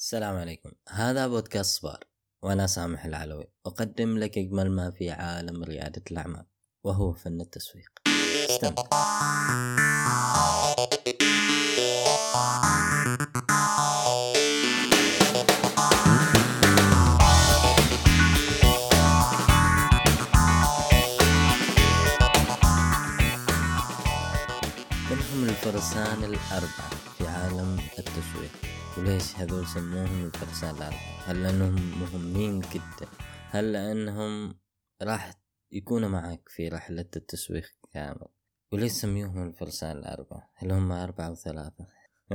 السلام عليكم. هذا بودكاست صبار، وأنا سامح العلوي أقدم لك أجمل ما في عالم ريادة الأعمال، وهو فن التسويق. استمتع. من هم الفرسان الأربعة في عالم التسويق؟ وليش هذول سموهم الفرسان الأربعة؟ هل لأنهم مهمين جدا؟ هل لأنهم راح يكونوا معك في رحلة التسويق كامل؟ وليش سميوهم الفرسان الأربعة؟ هل هم 4 أو 3؟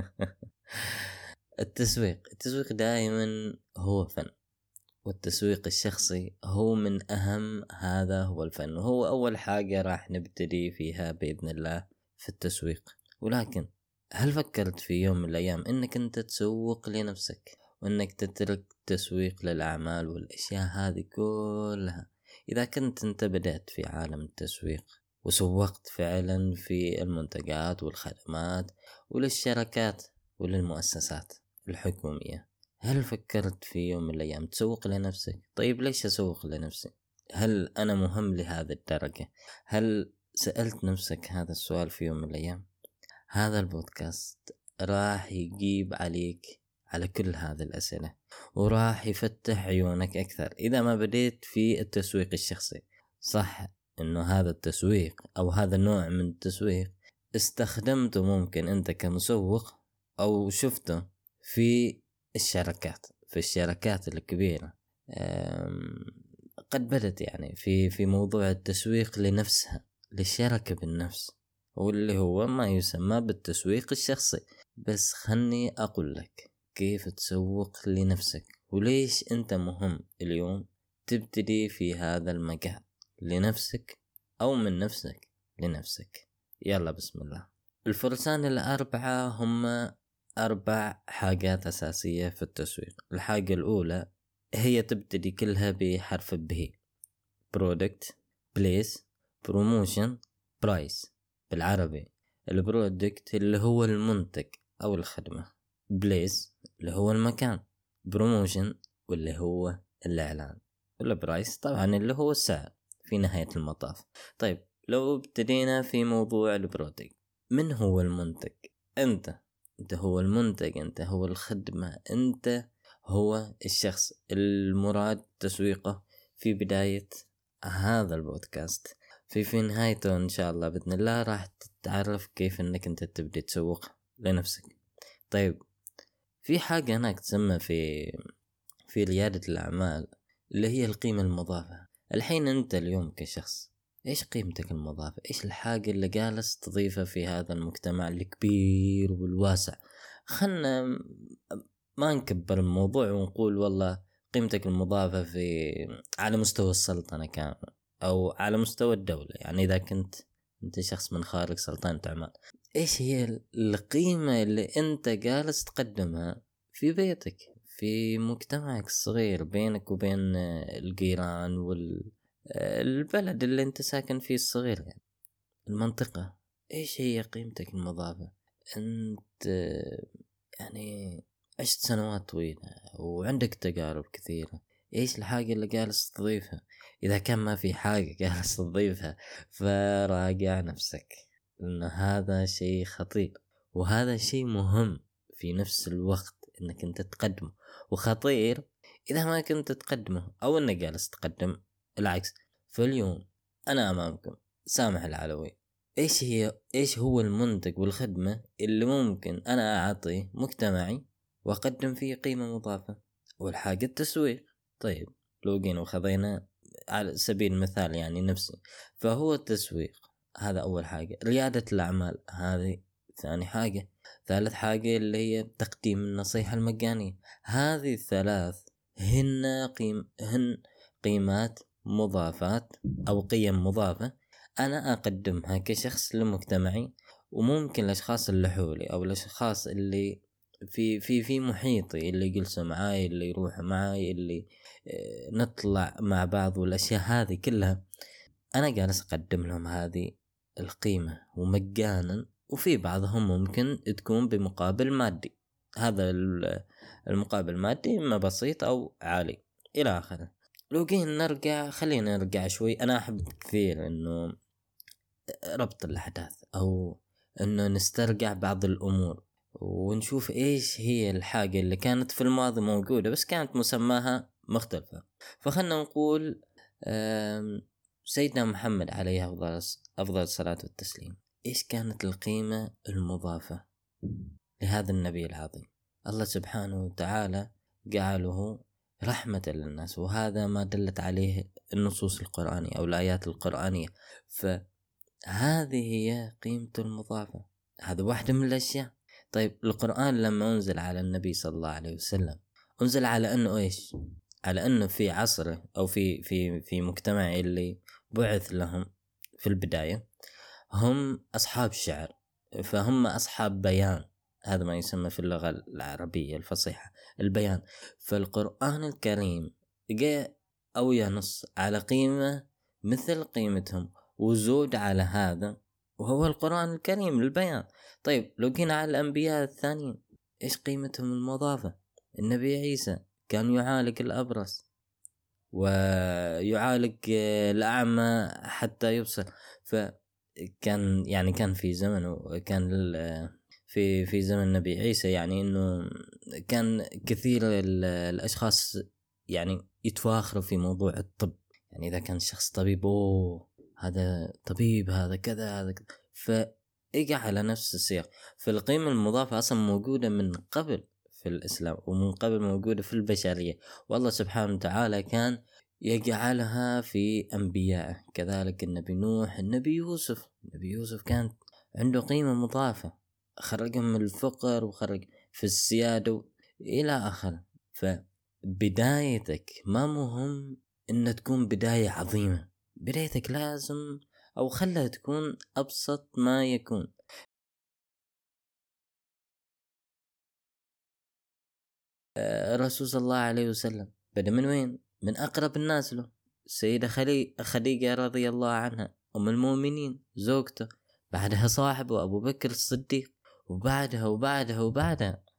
التسويق دائما هو فن، والتسويق الشخصي هو من أهم هذا هو الفن، وهو أول حاجة راح نبتدي فيها بإذن الله في التسويق. ولكن هل فكرت في يوم من الأيام أنك أنت تسوق لنفسك، وأنك تترك تسويق للأعمال والأشياء هذه كلها؟ إذا كنت أنت بدأت في عالم التسويق وسوقت فعلا في المنتجات والخدمات وللشركات وللمؤسسات الحكومية، هل فكرت في يوم من الأيام تسوق لنفسك؟ طيب ليش أسوق لنفسي؟ هل أنا مهم لهذه الدرجة؟ هل سألت نفسك هذا السؤال في يوم من الأيام؟ هذا البودكاست راح يجيب عليك على كل هذه الأسئلة، وراح يفتح عيونك أكثر. إذا ما بديت في التسويق الشخصي، صح إنه هذا التسويق أو هذا النوع من التسويق استخدمته ممكن أنت كمسوق، أو شفته في الشركات الكبيرة. قد بدت يعني في موضوع التسويق لنفسها، للشركة بالنفس، واللي هو ما يسمى بالتسويق الشخصي. بس خلني أقول لك كيف تسوق لنفسك، وليش أنت مهم اليوم تبتدي في هذا المجال لنفسك، أو من نفسك لنفسك. يلا بسم الله. الفرسان الأربعة هم 4 حاجات أساسية في التسويق. الحاجة الأولى هي تبتدي كلها بحرف ب: Product, Place, Promotion, Price. بالعربي البرودكت اللي هو المنتج أو الخدمة، Place اللي هو المكان، Promotion واللي هو الإعلان، والبرايس طبعا اللي هو السعر في نهاية المطاف. طيب لو ابتدينا في موضوع البرودكت، من هو المنتج؟ أنت هو المنتج، أنت هو الخدمة، أنت هو الشخص المراد تسويقه في بداية هذا البودكاست. في نهايته إن شاء الله بإذن الله راح تتعرف كيف أنك أنت تبدأ تسوق لنفسك. طيب في حاجة هناك تسمى في ريادة الأعمال اللي هي القيمة المضافة. الحين أنت اليوم كشخص، إيش قيمتك المضافة؟ إيش الحاجة اللي جالس تضيفها في هذا المجتمع الكبير والواسع؟ خلنا ما نكبر الموضوع ونقول والله قيمتك المضافة على مستوى السلطنة كامل، أو على مستوى الدولة. يعني إذا كنت أنت شخص من خارج سلطنة أعمال، إيش هي القيمة اللي أنت جالس تقدمها في بيتك، في مجتمعك الصغير، بينك وبين الجيران والبلد اللي أنت ساكن فيه الصغير، يعني المنطقة؟ إيش هي قيمتك المضافة؟ أنت يعني عشت سنوات طويلة وعندك تجارب كثيرة، إيش الحاجة اللي جالس تضيفها؟ إذا كان ما في حاجة جالس تضيفها فراجع نفسك، لأن هذا شيء خطير، وهذا شيء مهم في نفس الوقت إنك أنت تقدمه، وخطير إذا ما كنت تقدمه أو إنك جالس تقدم العكس. فاليوم أنا أمامكم سامح العلوي. إيش هو المنتج والخدمة اللي ممكن أنا أعطيه مجتمعي وأقدم فيه قيمة مضافة؟ والحاجة التسويق. طيب لو جينا وخذينا على سبيل المثال يعني نفسي، فهو التسويق هذا أول حاجة. ريادة الأعمال هذه ثاني حاجة. ثالث حاجة اللي هي تقديم النصيحة المجانية. هذه الثلاث هن قيمات مضافات أو قيم مضافة أنا أقدمها كشخص لمجتمعي، وممكن الأشخاص اللي حولي أو الأشخاص اللي في محيطي، اللي يجلسوا معاي، اللي يروحوا معاي، اللي نطلع مع بعض، والأشياء هذه كلها أنا جالس أقدم لهم هذه القيمة ومجانا. وفي بعضهم ممكن تكون بمقابل مادي، هذا المقابل المادي إما بسيط أو عالي إلى آخره. لو جينا نرجع، خلينا نرجع شوي. أنا أحب كثير إنه ربط الأحداث أو إنه نسترجع بعض الأمور ونشوف إيش هي الحاجة اللي كانت في الماضي موجودة بس كانت مسماها مختلفة. فخلنا نقول سيدنا محمد عليه أفضل الصلاة والتسليم، إيش كانت القيمة المضافة لهذا النبي العظيم؟ الله سبحانه وتعالى جعله رحمة للناس، وهذا ما دلت عليه النصوص القرآنية أو الآيات القرآنية. فهذه هي قيمته المضافة، هذا واحدة من الأشياء. طيب القرآن لما أنزل على النبي صلى الله عليه وسلم أنزل على أنه إيش؟ على أنه في عصره أو في مجتمع اللي بعث لهم في البداية هم أصحاب شعر، فهم أصحاب بيان، هذا ما يسمى في اللغة العربية الفصيحة البيان. فالقرآن الكريم جاء أو ينص على قيمة مثل قيمتهم وزود على هذا، وهو القرآن الكريم البيان. طيب لو جينا على الأنبياء الثانيين، إيش قيمتهم المضافة؟ النبي عيسى كان يعالج الأبرص ويعالج الأعمى حتى يبصر. فكان يعني كان في زمنه، كان في زمن النبي عيسى يعني انه كان كثير الاشخاص يعني يتفاخروا في موضوع الطب، يعني اذا كان شخص طبيب هذا طبيب، هذا كذا هذا كذا، فاجى على نفس السياق. فالقيمة المضافة اصلا موجودة من قبل في الاسلام ومن قبل موجودة في البشرية، والله سبحانه وتعالى كان يجعلها في انبيائه. كذلك النبي نوح، النبي يوسف كانت عنده قيمة مضافة، خرجهم من الفقر وخرج في السيادة إلى آخره. فبدايتك ما مهم إن تكون بداية عظيمة، بدايتك لازم أو خلها تكون أبسط ما يكون. الرسول صلى الله عليه وسلم بدأ من وين؟ من أقرب الناس له، السيدة خديجة رضي الله عنها أم المؤمنين زوجته، بعدها صاحبه أبو بكر الصديق، وبعدها.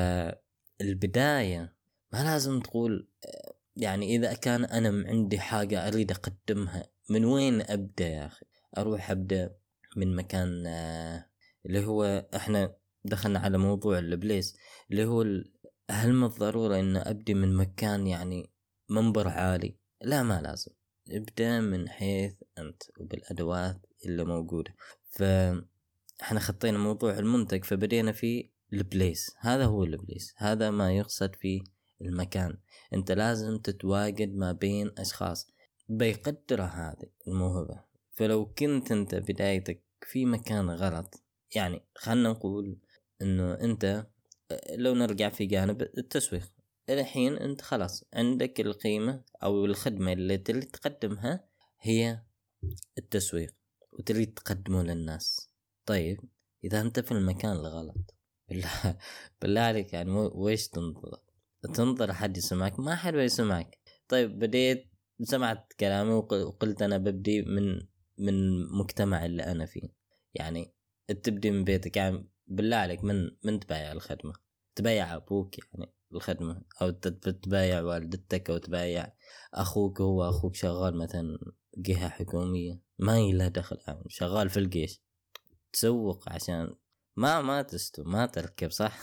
فالبداية ما لازم تقول يعني إذا كان أنا عندي حاجة أريد أقدمها من وين أبدأ يا أخي؟ أروح أبدأ من مكان اللي هو إحنا دخلنا على موضوع الإبليس اللي هو هل من الضرورة إن أبدأ من مكان يعني منبر عالي؟ لا، ما لازم. ابدأ من حيث أنت وبالأدوات اللي موجودة. احنا خطينا موضوع المنتج فبدينا في البليس، هذا هو البليس، هذا ما يقصد في المكان. انت لازم تتواجد ما بين اشخاص بيقدر هذه الموهبة. فلو كنت انت بدايتك في مكان غلط، يعني خلنا نقول انه انت لو نرجع في جانب التسويق، الحين انت خلاص عندك القيمة او الخدمة اللي تقدمها هي التسويق وتريد تقدمه للناس. طيب إذا أنت في المكان الغلط، بالله عليك يعني ويش تنظر حد يسمعك؟ ما حد يسمعك. طيب بديت سمعت كلامي وقلت أنا ببدي من المجتمع اللي أنا فيه، يعني تبدي من بيتك. يعني بالله عليك من تبايع الخدمة؟ تبايع أبوك يعني الخدمة، أو تبايع والدتك، أو تبايع أخوك، هو أخوك شغال مثلا جهة حكومية ما له دخل، يعني شغال في الجيش، تسوق عشان ما تستو ما تركب صح.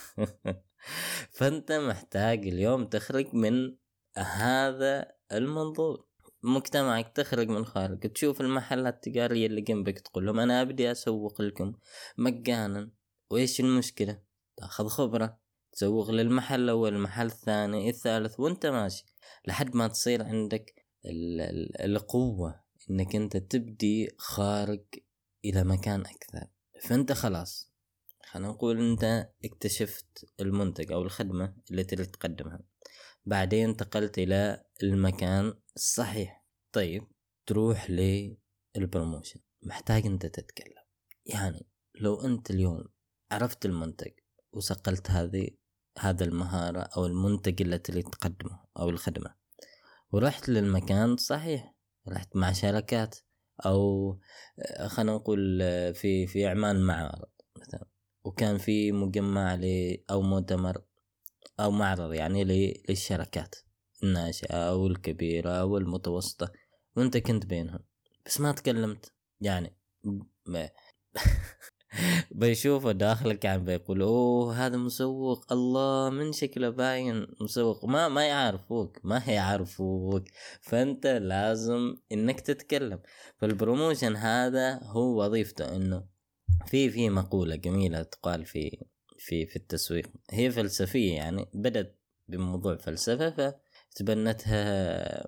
فانت محتاج اليوم تخرج من هذا المنظور، مجتمعك، تخرج من خارج، تشوف المحلات التجارية اللي جنبك تقول لهم أنا أبدي أسوق لكم مجانا. وإيش المشكلة؟ تأخذ خبرة، تسوق للمحل الأول، المحل الثاني، الثالث، وانت ماشي لحد ما تصير عندك القوة انك انت تبدي خارج الى مكان اكثر. فانت خلاص خلينا نقول انت اكتشفت المنتج او الخدمة اللي تريد تقدمها، بعدين انتقلت الى المكان الصحيح. طيب تروح للبروموشن، محتاج انت تتكلم. يعني لو انت اليوم عرفت المنتج وصقلت هذا المهارة او المنتج اللي تريد تقدمه او الخدمة، ورحت للمكان صحيح، رحت مع شركات او خلينا نقول في اعمال معارض مثلا، وكان في مجمع أو مؤتمر أو معرض يعني للشركات الناشئة أو الكبيرة أو المتوسطة، وأنت كنت بينهم بس ما تكلمت يعني ما بيشوفه داخلك عم بيقول اوه هذا مسوق، الله من شكله باين مسوق، ما يعرفوك فانت لازم انك تتكلم. فالبروموشن هذا هو وظيفته انه في مقولة جميلة تقال في التسويق، هي فلسفية يعني، بدت بموضوع فلسفة فتبنتها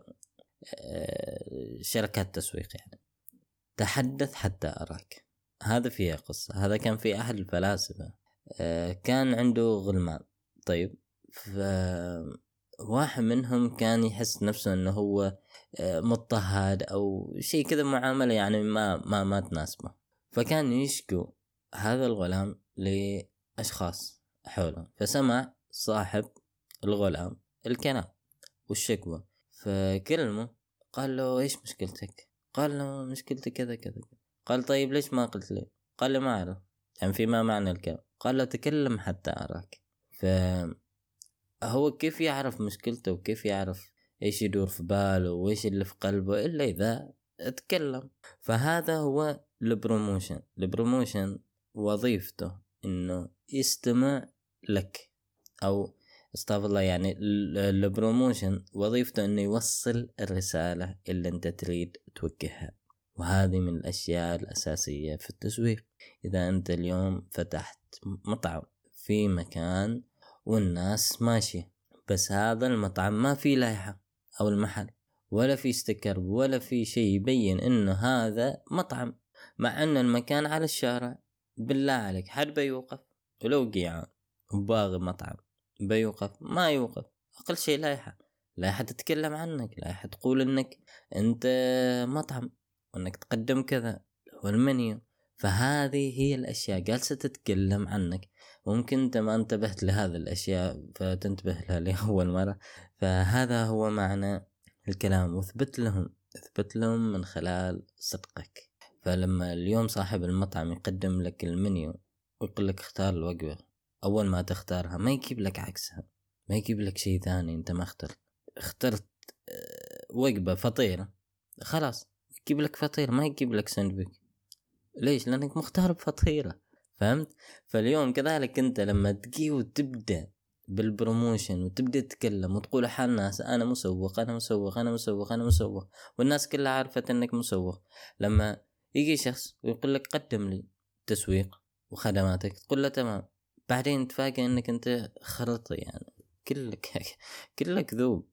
شركات تسويق يعني. تحدث حتى أراك، هذا فيها قصة. هذا كان في أحد الفلاسفة كان عنده غلمان، طيب واحد منهم كان يحس نفسه أنه هو مضطهد أو شيء كذا، معاملة يعني ما تناسبه، فكان يشكو هذا الغلام لأشخاص حوله، فسمع صاحب الغلام الكلام والشكوى، فكلمه قال له إيش مشكلتك؟ قال له مشكلتي كذا كذا. قال طيب ليش ما قلت لي؟ قال له ما أعرف يعني فيما معنى الكلام. قال له تكلم حتى أراك. فهو كيف يعرف مشكلته وكيف يعرف إيش يدور في باله وإيش اللي في قلبه إلا إذا اتكلم. فهذا هو البروموشن وظيفته إنه يستمع لك، أو استغفر الله يعني البروموشن وظيفته انه يوصل الرسالة اللي انت تريد توجهها. وهذه من الاشياء الاساسية في التسويق. اذا انت اليوم فتحت مطعم في مكان والناس ماشية، بس هذا المطعم ما في لائحة او المحل ولا في ستيكر ولا في شيء يبين انه هذا مطعم، مع ان المكان على الشارع، بالله عليك حد بيوقف؟ ولو قيعان وباغي مطعم بيوقف؟ ما يوقف. اقل شيء لائحة تتكلم عنك، لائحة تقول انك انت مطعم وانك تقدم كذا والمنيو. فهذه هي الاشياء جالسة تتكلم عنك، وممكن انت ما انتبهت لهذه الاشياء فتنتبه لها لأول مرة. فهذا هو معنى الكلام، واثبت لهم من خلال صدقك. فلما اليوم صاحب المطعم يقدم لك المنيو ويقول لك اختار الوجبة، اول ما تختارها ما يجيب لك عكسها، ما يجيب لك شيء ثاني انت ما اخترت وجبة فطيرة، خلاص يجيب لك فطيرة، ما يجيب لك سندويتش. ليش؟ لانك مختار بفطيرة. فهمت؟ فاليوم كذلك انت لما تجي وتبدأ بالبروموشن وتبدأ تتكلم وتقول حال الناس انا مسوق انا مسوق انا مسوق انا مسوق، والناس كلها عارفة انك مسوق، لما يجي شخص ويقول لك قدم لي تسويق وخدماتك تقول له تمام، بعدين تفاجئ انك انت خرطي يعني كلك ذوب،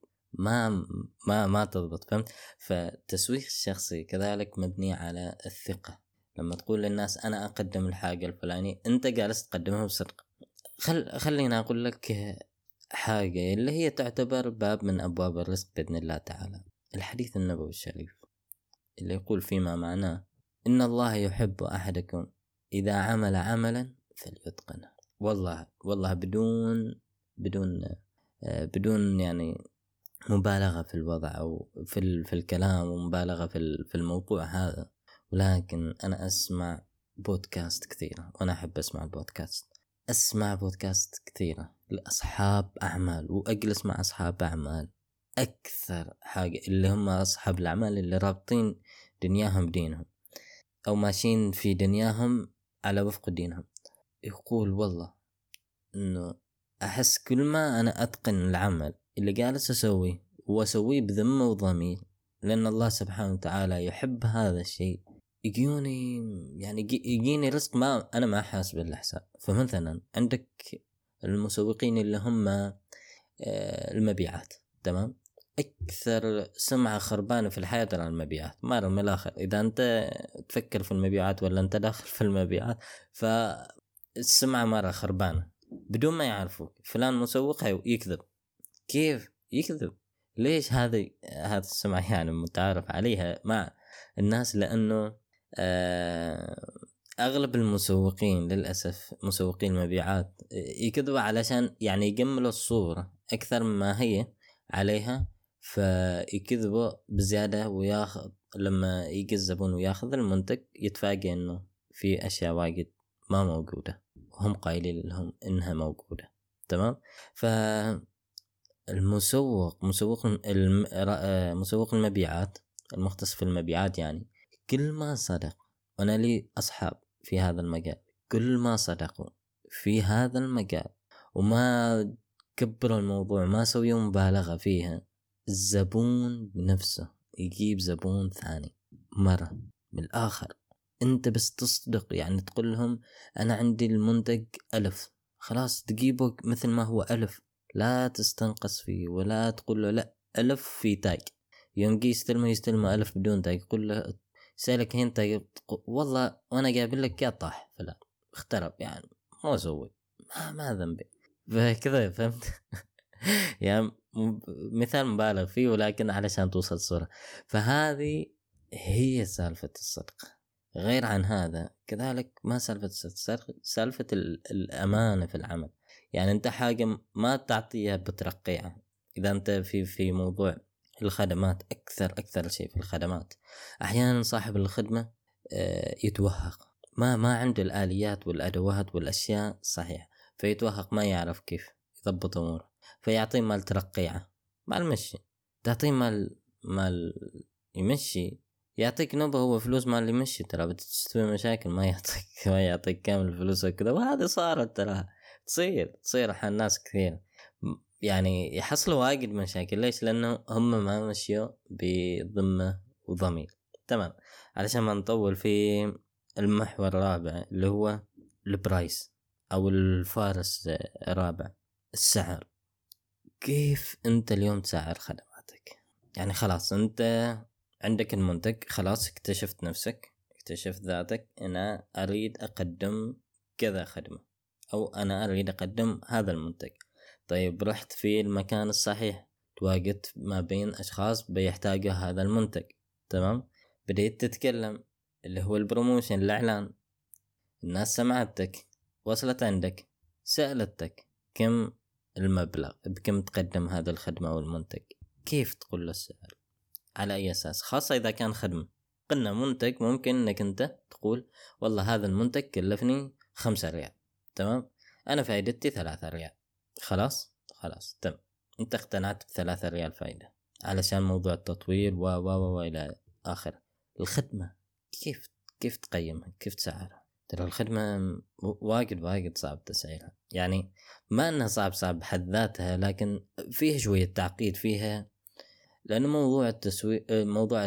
ما تضبط. فهمت؟ فالتسويق الشخصي كذلك مبني على الثقة. لما تقول للناس انا اقدم الحاجة الفلانية، انت جالس تقدمها بصدق. خلينا اقول لك حاجة اللي هي تعتبر باب من ابواب الرزق باذن الله تعالى، الحديث النبوي الشريف اللي يقول فيما معناه ان الله يحب احدكم اذا عمل عملا فليتقنه. والله بدون يعني مبالغة في الوضع أو في الكلام ومبالغة في الموضوع هذا. ولكن أنا أسمع بودكاست كثيرة، وأنا أحب أسمع بودكاست كثيرة لأصحاب أعمال، وأجلس مع أصحاب أعمال أكثر حاجة اللي هم أصحاب الأعمال اللي رابطين دنياهم بدينهم أو ماشيين في دنياهم على وفق دينهم. يقول والله إنه أحس كل ما أنا أتقن العمل اللي جالس أسويه بذمة وضمير، لأن الله سبحانه وتعالى يحب هذا الشيء، يجيني رزق ما أنا ما حاسب الحساب. فمثلا عندك المسوقين اللي هم المبيعات، تمام؟ أكثر سمعة خربانة في الحياة ترى المبيعات، مرة من الآخر إذا أنت تفكر في المبيعات ولا أنت داخل في المبيعات، فالسمعة مرة خربانة بدون ما يعرفوك. فلان مسوق يكذب. كيف يكذب؟ ليش هذه السمعة يعني متعارف عليها مع الناس؟ لأنه أغلب المسوقين للأسف مسوقين المبيعات يكذبوا علشان يعني يجملوا الصورة أكثر ما هي عليها، فيكذبوا بزيادة، وياخذ لما يجي الزبون وياخذ المنتج يتفاجئ إنه في أشياء واجد ما موجودة. هم قايلين لهم إنها موجودة. تمام. مسوق المبيعات المختص في المبيعات يعني كل ما صدق، وأنا لي أصحاب في هذا المجال، كل ما صدقوا في هذا المجال وما كبروا الموضوع، ما سويوا مبالغة فيها، الزبون بنفسه يجيب زبون ثاني مرة. بالآخر انت بس تصدق، يعني تقول لهم انا عندي المنتج 1000، خلاص تجيبه مثل ما هو 1000، لا تستنقص فيه ولا تقول له لا 1000 في تاج. يوم جي يستلمه 1000 بدون تاج، يقول له سألك هين تاج، والله وانا جايب لك يا طاح فلا اخترب، يعني مو سوي ما ذنبي. فكذا فهمت. يعني مثال مبالغ فيه، ولكن علشان توصل الصورة. فهذه هي سالفة الصدق. غير عن هذا كذلك ما سالفة الصدق، سالفة الأمانة في العمل. يعني أنت حاجة ما تعطيها بترقيها. إذا أنت في موضوع الخدمات، أكثر شيء في الخدمات أحيانا صاحب الخدمة يتوهق، ما عنده الآليات والأدوات والأشياء صحيح، فيتوهق، ما يعرف كيف يضبط أموره، فيعطيه مال ترقيعه، مال مشي، تعطيه مال يمشي، يعطيك نوبة هو فلوس مال يمشي، ترى بتستوي مشاكل، ما يعطيك كامل الفلوس وكذا. وهذه صارت ترى تصير حال ناس كثير، يعني يحصلوا واجد مشاكل. ليش؟ لأنه هم ما مشيوا بضمة وضمير. تمام. علشان ما نطول في المحور الرابع اللي هو البرايس أو الفارس الرابع، السعر. كيف أنت اليوم تسعر خدماتك؟ يعني خلاص أنت عندك المنتج، خلاص اكتشفت نفسك، اكتشفت ذاتك، أنا أريد أقدم كذا خدمة، أو أنا أريد أقدم هذا المنتج. طيب رحت في المكان الصحيح، تواجدت ما بين أشخاص بيحتاجوا هذا المنتج. تمام. بديت تتكلم، اللي هو البروموشن، الإعلان. الناس سمعتك، وصلت عندك، سألتك كم المبلغ، بكم تقدم هذا الخدمة أو المنتج، كيف تقول له السعر، على أي أساس؟ خاصة إذا كان خدمة. قلنا منتج، ممكن أنك أنت تقول والله هذا المنتج كلفني 5 ريال. تمام. أنا فائدتي 3 ريال. خلاص تم، أنت اقتنعت ب3 ريال فائدة علشان موضوع التطوير إلى آخر. الخدمة كيف تقيمها، كيف تسعرها؟ ترى الخدمة واجد صعب تسعيرها. يعني ما أنها صعب بحد ذاتها، لكن فيها شوية تعقيد فيها، لأن موضوع التسويق، موضوع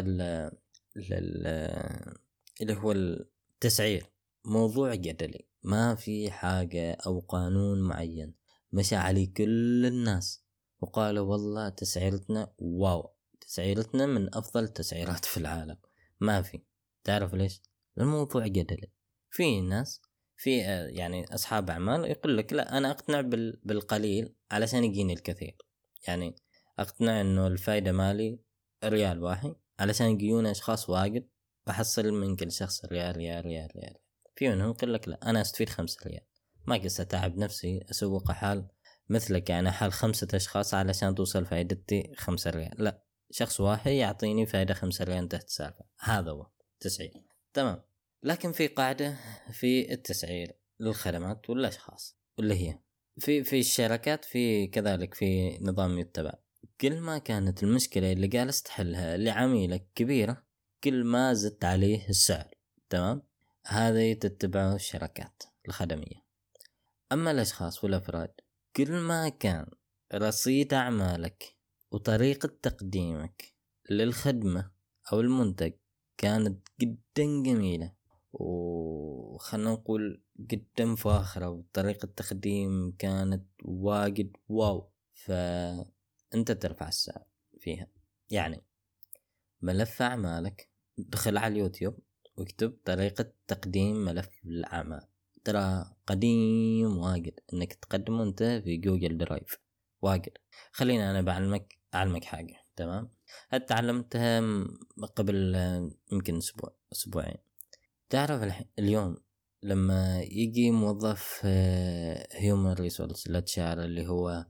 اللي هو التسعير، موضوع جدلي، ما في حاجة أو قانون معين مشى عليه كل الناس وقالوا والله تسعيرتنا واو، تسعيرتنا من أفضل التسعيرات في العالم. ما في. تعرف ليش؟ الموضوع جدلي. في ناس، في يعني أصحاب أعمال يقول لك لا أنا أقتنع بالقليل علشان يجيني الكثير. يعني أقتنع إنه الفائدة مالي ريال واحد علشان يجيوني أشخاص واجد، بحصل من كل شخص ريال. في منهم يقول لك لا أنا أستفيد 5 ريال، ما قصة أتعب نفسي أسوق حال مثلك، يعني حال 5 أشخاص علشان توصل فائدتي 5 ريال. لا، شخص واحد يعطيني فائدة 5 ريال، انتهت السالفة. هذا هو تسعير. تمام. لكن في قاعدة في التسعير للخدمات والأشخاص، اللي هي في الشركات، في كذلك في نظام يتبع. كل ما كانت المشكلة اللي جالس تحلها لعميلك كبيرة، كل ما زدت عليه السعر. تمام. هذا تتبعه الشركات الخدمية. أما الأشخاص والأفراد، كل ما كان رصيد أعمالك وطريقة تقديمك للخدمة أو المنتج كانت جدا جميلة، وخلنا نقول جدا فاخرة، وطريقة التقديم كانت واجد واو، فأنت ترفع السعر فيها. يعني ملف أعمالك، دخل على اليوتيوب واكتب طريقة تقديم ملف الأعمال، ترى قديم واجد انك تقدمه انت في جوجل درايف واجد. خلينا انا اعلمك حاجة. تمام. تعلمتها قبل يمكن اسبوعين. تعرف اليوم لما يجي موظف هيومن ريسورس الاتشار، اللي هو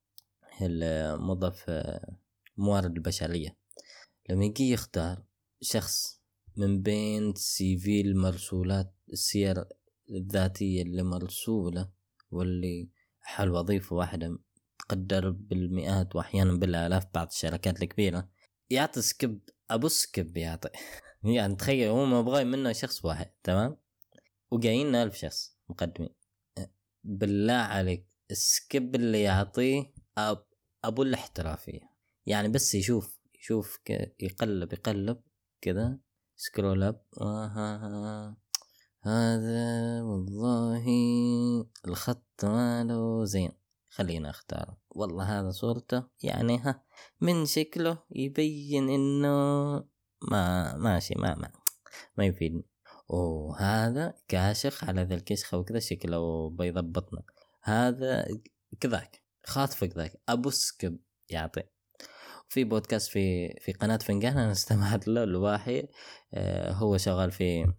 الموظف موارد البشرية، لما يجي يختار شخص من بين CV المرسولات، السير الذاتية اللي مرسولة واللي حل وظيفة واحدة تقدر بالمئات وأحيانا بالآلاف بعض الشركات الكبيرة، يعطي سكيب أبو سكيب يعطي يعني تخيل هو ما بغاي منه شخص واحد تمام، وجايين 1000 شخص مقدمين. بالله عليك السكيب اللي يعطيه أبو الاحترافية، يعني بس يشوف يقلب كذا سكرول اب هذا والله الخط ماله زين خلينا اختاره، والله هذا صورته يعني من شكله يبين انه ما ماشي ما يفيدني، وهذا كاشخ على ذا الكشخة وكذا شكله بيضبطنا، هذا كذاك خاطفك ذاك ابو سكب يعطي. في بودكاست في قناة فنجان انا استمعت له الواحد هو شغال في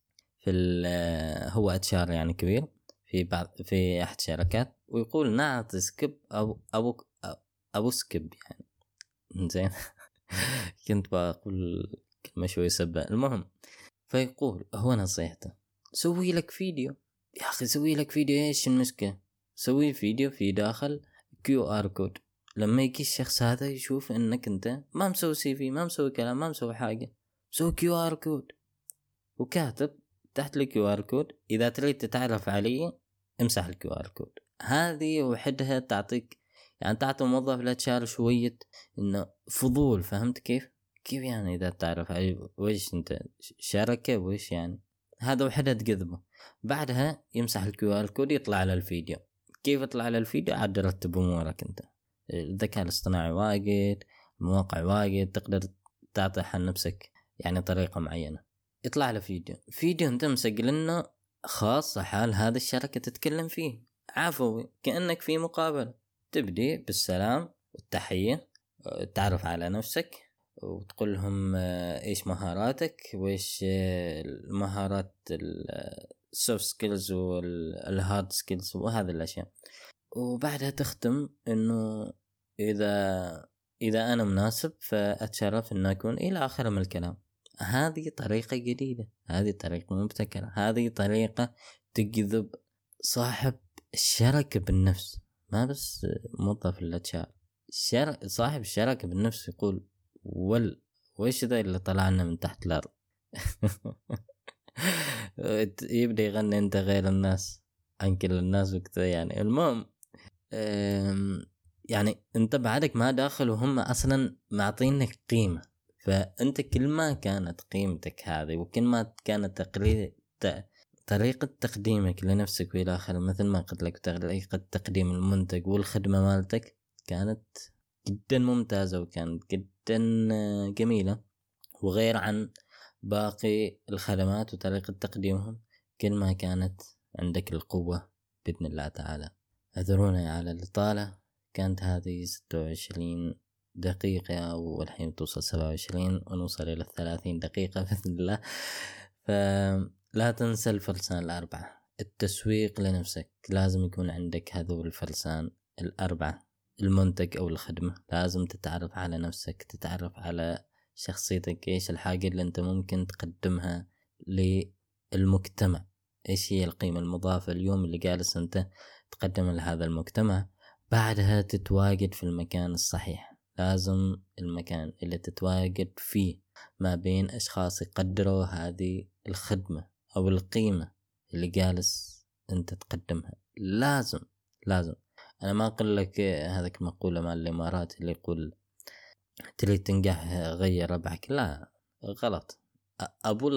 هو اتشار يعني كبير في احد شركات، ويقول نعطي سكب ابو سكب يعني زين كنت بقول كلمة شوي سبة المهم. فيقول هو نصيحته سوي لك فيديو يا اخي، سوي لك فيديو ايش المشكلة؟ سوي فيديو في داخل QR كود، لما يجي الشخص هذا يشوف انك انت ما مسوي CV ما مسوي كلام ما مسوي حاجة، سوي QR كود وكاتب تحت QR كود اذا تريد تتعرف علي امسح QR كود. هذه وحدها تعطيك يعني تعطي موظف الاتشار شوية انه فضول، فهمت كيف يعني اذا تعرف علي ويش انت شركة ويش يعني، هذا وحدها تجذبه. بعدها يمسح QR كود يطلع على الفيديو. كيف يطلع على الفيديو؟ عاد رتب امورك انت، الذكاء الاصطناعي واجد، المواقع واجد، تقدر تعطي حل نفسك يعني طريقة معينة. يطلع على فيديو انت مسجلنه خاص حال هذه الشركة تتكلم فيه عفوي، كأنك في مقابلة، تبدي بالسلام والتحية، تعرف على نفسك وتقول لهم ايش مهاراتك وايش المهارات السوفت سكيلز والهارد سكيلز وهذه الاشياء، وبعدها تختم انه اذا انا مناسب فاتشرف ان اكون الى اخر من الكلام. هذه طريقة جديدة، هذه طريقة مبتكرة، هذه طريقة تجذب صاحب الشركة بالنفس، ما بس موظف الاتشار، صاحب الشركة بالنفس يقول وإيش ذا اللي طلعنا من تحت الأرض يبدأ يغني أنت غير الناس عن كل الناس وكذا يعني. المهم يعني أنت بعدك ما داخل وهم أصلا معطينك قيمة، فأنت كل ما كانت قيمتك هذه وكل ما كانت طريقة تقديمك لنفسك وإلى آخره، مثل ما قلت لك طريقة تقديم المنتج والخدمة مالتك كانت جدا ممتازة وكانت جدا جميلة وغير عن باقي الخدمات وطريقة تقديمهم، كل ما كانت عندك القوة بإذن الله تعالى. اعذرونا على الإطالة، كانت هذه 26 دقيقة والحين توصل 27 ونوصل إلى 30 دقيقة بإذن الله. فلا تنسى الفرسان 4، التسويق لنفسك لازم يكون عندك هذول الفرسان 4، المنتج أو الخدمة لازم تتعرف على نفسك، تتعرف على شخصيتك، إيش الحاجة اللي أنت ممكن تقدمها للمجتمع، إيش هي القيمة المضافة اليوم اللي جالس أنت تقدم لهذا المجتمع. بعدها تتواجد في المكان الصحيح، لازم المكان اللي تتواجد فيه ما بين أشخاص يقدروا هذه الخدمة أو القيمة اللي جالس أنت تقدمها. لازم أنا ما أقول لك هذاك مقولة مال الإمارات اللي يقول تريد تنجح غير ربعك، لا غلط، أبو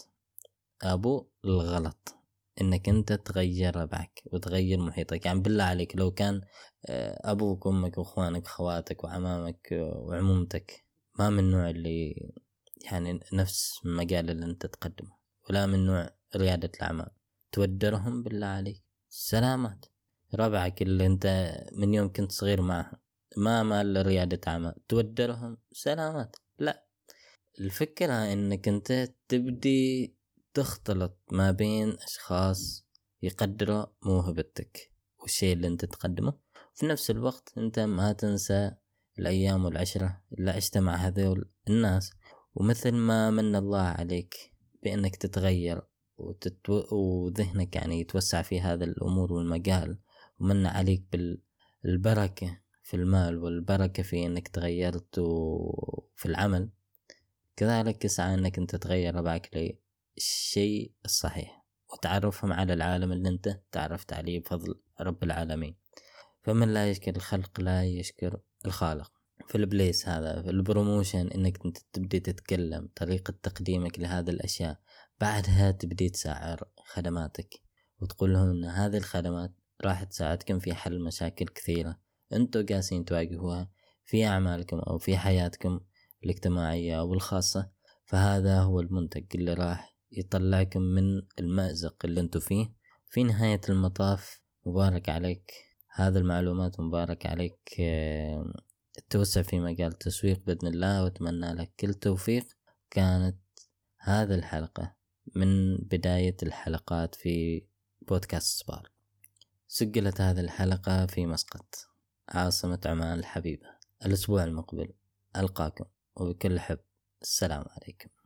الغلط انك انت تغير ربعك وتغير محيطك. يعني بالله عليك لو كان ابوك وامك واخوانك واخواتك وعمامك وعمومتك ما من النوع اللي يعني نفس المجال اللي انت تقدمه ولا من نوع ريادة الاعمال، تودرهم بالله عليك سلامات. ربعك اللي انت من يوم كنت صغير معهم ما مال ريادة اعمال تودرهم سلامات، لا. الفكرة انك انت تبدي تختلط ما بين اشخاص يقدروا موهبتك والشيء اللي انت تقدمه، في نفس الوقت انت ما تنسى الايام والعشرة اللي عشت مع هذول الناس، ومثل ما من الله عليك بانك تتغير وذهنك يعني يتوسع في هذا الأمور والمجال، ومن عليك بالبركة في المال والبركة في أنك تغيرت في العمل، كذلك اسعى أنك أنت تغير ربعك للشيء الصحيح، وتعرفهم على العالم اللي أنت تعرفت عليه بفضل رب العالمين. فمن لا يشكر الخلق لا يشكر الخالق. في البليس هذا في البروموشن انك انت تبدي تتكلم طريقة تقديمك لهذه الاشياء، بعدها تبدي تسعر خدماتك وتقول لهم ان هذه الخدمات راح تساعدكم في حل مشاكل كثيرة انتوا قاسين تواجهوها في اعمالكم او في حياتكم الاجتماعية او الخاصة. فهذا هو المنتج اللي راح يطلعكم من المأزق اللي انتوا فيه. في نهاية المطاف مبارك عليك هذه المعلومات، مبارك عليك التوسع في مجال التسويق بإذن الله، وأتمنى لك كل توفيق. كانت هذه الحلقة من بداية الحلقات في بودكاست سبار. سجلت هذه الحلقة في مسقط عاصمة عمان الحبيبة. الأسبوع المقبل ألقاكم وبكل حب. السلام عليكم.